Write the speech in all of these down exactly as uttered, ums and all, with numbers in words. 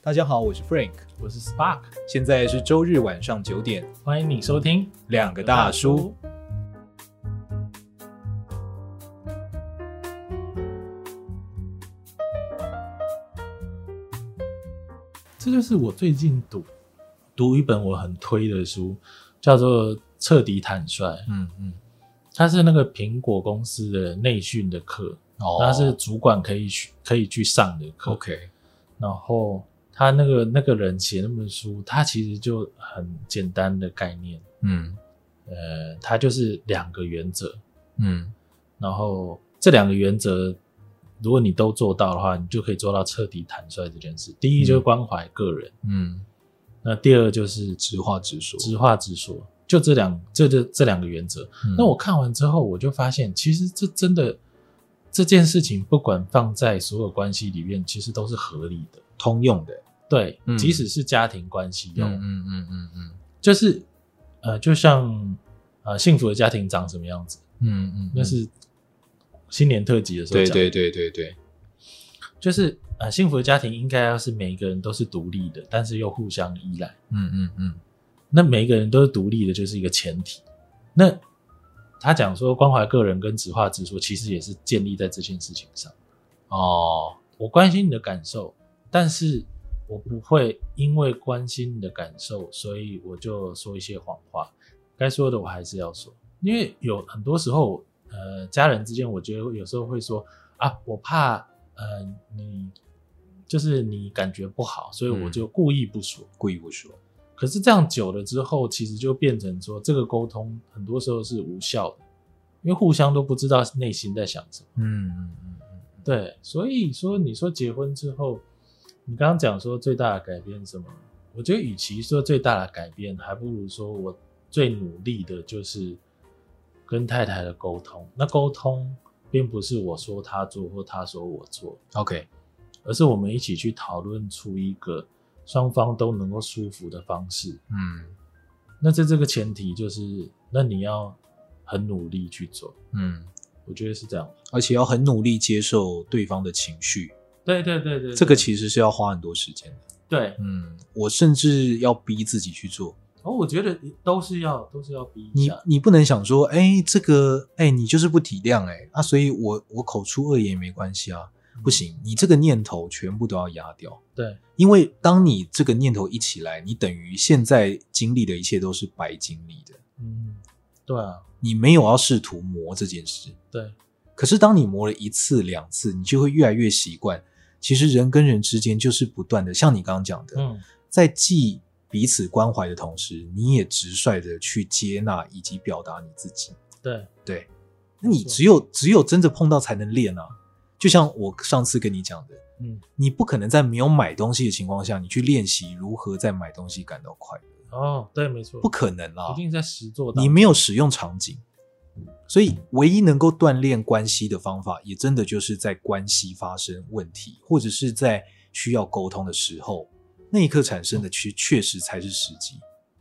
大家好，我是 Frank， 我是 Spark， 现在是周日晚上九点， 欢迎你收听两个大叔。 这就是我最近读读一本我很推的书，叫做《彻底坦率》。 嗯嗯， 它是那个苹果公司的内训的课， 哦， 它是主管可以去可以去上的课。 OK， 然后他那个那个人写那本书，他其实就很简单的概念， 嗯呃，它就是两个原则， 嗯， 然后这两个原则，如果你都做到的话，你就可以做到彻底坦率这件事。第一就是关怀个人， 嗯， 那第二就是直话直说， 直话直说，就这两这这这两个原则。 嗯、 那我看完之后，我就发现，其实这真的这件事情，不管放在所有关系里面，其实都是合理的。 通用的， 对， 嗯、 即使是家庭关系用， 嗯嗯嗯嗯嗯， 就是呃，就像呃，幸福的家庭长什么样子， 嗯嗯， 那是新年特辑的时候讲的， 对对对对对， 就是呃，幸福的家庭应该要是每一个人都是独立的，但是又互相依赖， 嗯嗯嗯， 那每一个人都是独立的，就是一个前提。那他讲说关怀个人跟直话直说，其实也是建立在这件事情上。哦，我关心你的感受。但是我不会因为关心你的感受，所以我就说一些谎话，该说的我还是要说。因为有很多时候呃，家人之间我觉得有时候会说啊，我怕呃你就是你感觉不好，所以我就故意不说、 嗯、故意不说。 可是这样久了之后，其实就变成说这个沟通很多时候是无效的，因为互相都不知道内心在想什么。 嗯嗯嗯嗯， 对，所以说你说结婚之后，你刚刚讲说最大的改变是什么？我觉得与其说最大的改变，还不如说我最努力的就是跟太太的沟通。那沟通并不是我说他做或他说我做 OK， 而是我们一起去讨论出一个双方都能够舒服的方式。 嗯， 那在这个前提就是，那你要很努力去做。 嗯， 我觉得是这样， 而且要很努力接受对方的情绪。 对对对 对, 对， 这个其实是要花很多时间的。 对， 嗯，我甚至要逼自己去做。 哦，我觉得都是要都是要逼一下。 你你不能想说，哎，这个，哎，你就是不体谅，哎，啊，所以我我口出恶言也没关系啊，嗯、不行，你这个念头全部都要压掉。 对， 因为当你这个念头一起来，你等于现在经历的一切都是白经历的。 嗯，对啊， 你没有要试图磨这件事。 对， 可是当你磨了一次两次，你就会越来越习惯。其实人跟人之间就是不断的，像你刚刚讲的， 嗯， 在既彼此关怀的同时，你也直率的去接纳以及表达你自己。 对对，那你只有只有真的碰到才能练啊。就像我上次跟你讲的， 嗯， 你不可能在没有买东西的情况下，你去练习如何在买东西感到快乐。 哦，对，没错， 不可能啦， 一定在实作当中， 你没有使用场景。所以唯一能够锻炼关系的方法，也真的就是在关系发生问题，或者是在需要沟通的时候，那一刻产生的确确实才是时机。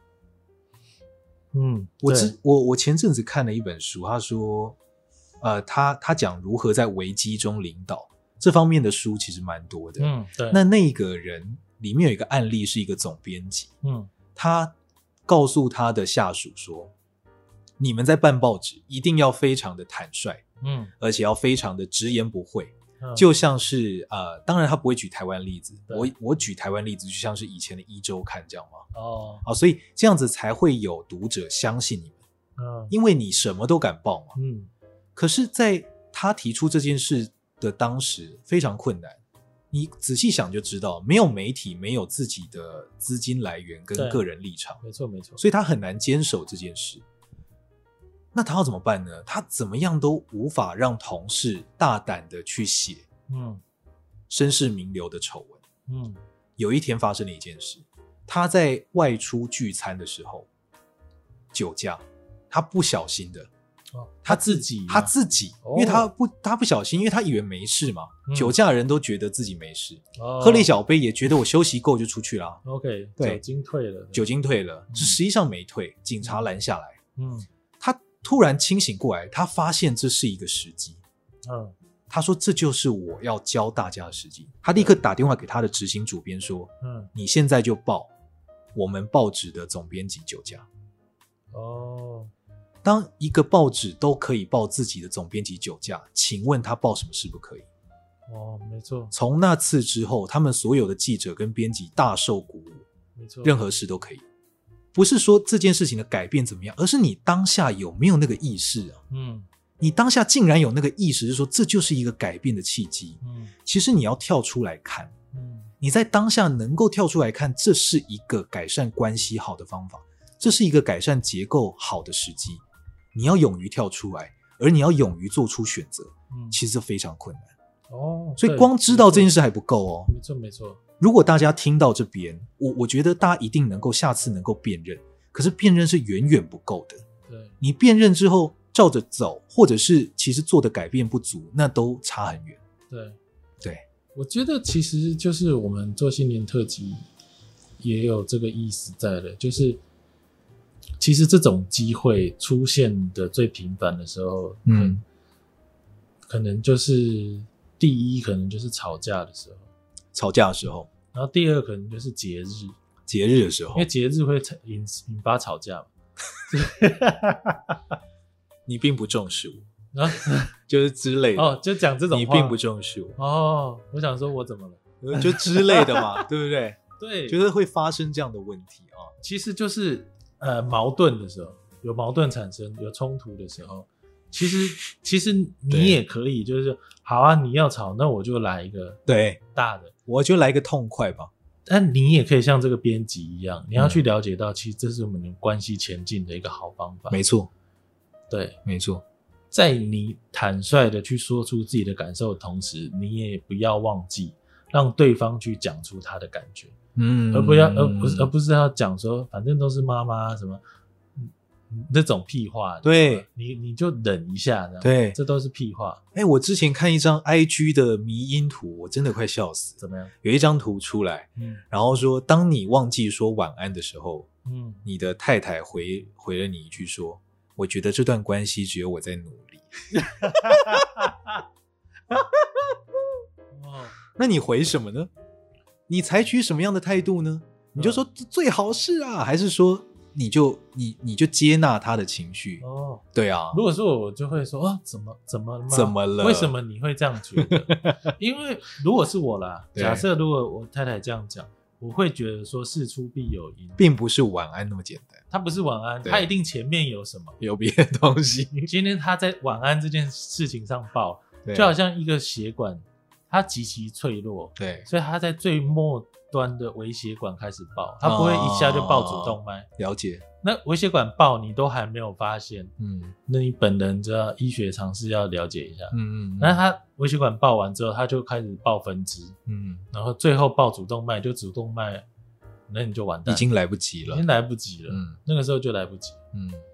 嗯， 我之我我前阵子看了一本书，他说，呃，他他讲如何在危机中领导，这方面的书其实蛮多的。 嗯，对。 那那个人里面有一个案例，是一个总编辑， 嗯，他告诉他的下属说，你们在办报纸一定要非常的坦率， 嗯， 而且要非常的直言不讳， 嗯、 就像是呃，当然他不会举台湾例子，我我举台湾例子就像是以前的一周刊这样嘛， 哦， 好，所以这样子才会有读者相信你们， 嗯， 因为你什么都敢报嘛， 嗯， 可是在他提出这件事的当时非常困难，你仔细想就知道，没有媒体，没有自己的资金来源跟个人立场， 没错没错， 所以他很难坚守这件事。那他要怎么办呢？他怎么样都无法让同事大胆的去写嗯身世名流的丑闻。 嗯， 有一天发生了一件事，他在外出聚餐的时候酒驾，他不小心的， 哦、他自己他自己、哦、因为他不他不小心，因为他以为没事嘛、嗯、酒驾的人都觉得自己没事、哦、喝了一小杯也觉得我休息够就出去啦。 OK， 对， 酒精退了， 酒精退了，这、嗯、实际上没退，警察拦下来。 嗯， 他突然清醒过来，他发现这是一个时机。 嗯， 他说这就是我要教大家的时机。他立刻打电话给他的执行主编说，嗯，你现在就报我们报纸的总编辑酒驾。 哦， 当一个报纸都可以报自己的总编辑酒驾，请问他报什么事不可以？ 哦，没错。 从那次之后，他们所有的记者跟编辑大受鼓舞， 没错， 任何事都可以。不是说这件事情的改变怎么样，而是你当下有没有那个意识啊？ 嗯， 你当下竟然有那个意识，是说这就是一个改变的契机。 嗯， 其实你要跳出来看， 嗯， 你在当下能够跳出来看，这是一个改善关系好的方法，这是一个改善结构好的时机。你要勇于跳出来，而你要勇于做出选择， 嗯， 其实非常困难。 哦， 所以光知道这件事还不够哦。 没错没错。 如果大家听到这边，我我觉得大家一定能够下次能够辨认，可是辨认是远远不够的。 对， 你辨认之后照着走，或者是其实做的改变不足，那都差很远。 对对， 我觉得其实就是我们做新年特辑也有这个意思在的，就是其实这种机会出现的最频繁的时候，嗯，可能就是第一，可能就是吵架的时候， 吵架的时候， 然后第二可能就是节日， 节日的时候， 因为节日会引引发吵架嘛。 你并不重视我， 啊， 就是之类的哦，就讲这种话， 你并不重视我哦。我想说，我怎么了？ 就之类的嘛，对不对？ 对， 觉得会发生这样的问题啊、哦。 其实就是呃矛盾的时候，有矛盾产生，有冲突的时候，其实其实你也可以，就是好啊，你要吵，那我就来一个对大的， 我就来一个痛快吧。 但你也可以像这个编辑一样，你要去了解到，其实这是我们关系前进的一个好方法。 没错， 对， 没错。 在你坦率的去说出自己的感受的同时，你也不要忘记让对方去讲出他的感觉， 嗯， 而不要，而不是，而不是要讲说，反正都是妈妈什么那种屁话。 对， 你你就忍一下，这样， 对， 这都是屁话。 哎、欸，我之前看一张 I G 的迷因图，我真的快笑死。 怎么样？ 有一张图出来， 嗯， 然后说，当你忘记说晚安的时候， 嗯， 你的太太回回了你一句说，我觉得这段关系只有我在努力。 哦， 那你回什么呢？你采取什么样的态度呢？你就说最好是啊，还是说你就你你就接纳他的情绪？ 哦， 对啊。 如果是我，我就会说，哦，怎么怎么了吗？ 怎么了？ 为什么你会这样觉得？因为如果是我啦，假设如果我太太这样讲，我会觉得说事出必有因， 并不是晚安那么简单。 他不是晚安，他一定前面有什么， 有别的东西。 今天他在晚安这件事情上爆，就好像一个血管，它极其脆弱， 对， 所以他在最末端的微血管开始爆，他不会一下就爆主动脉。 哦、了解。 那微血管爆你都还没有发现， 嗯， 那你本人就要医学常识要了解一下。 嗯 嗯, 嗯。 那他微血管爆完之后，他就开始爆分支， 嗯， 然后最后爆主动脉，就主动脉，那你就完蛋， 已经来不及了， 已经来不及了。 嗯， 那个时候就来不及。 嗯，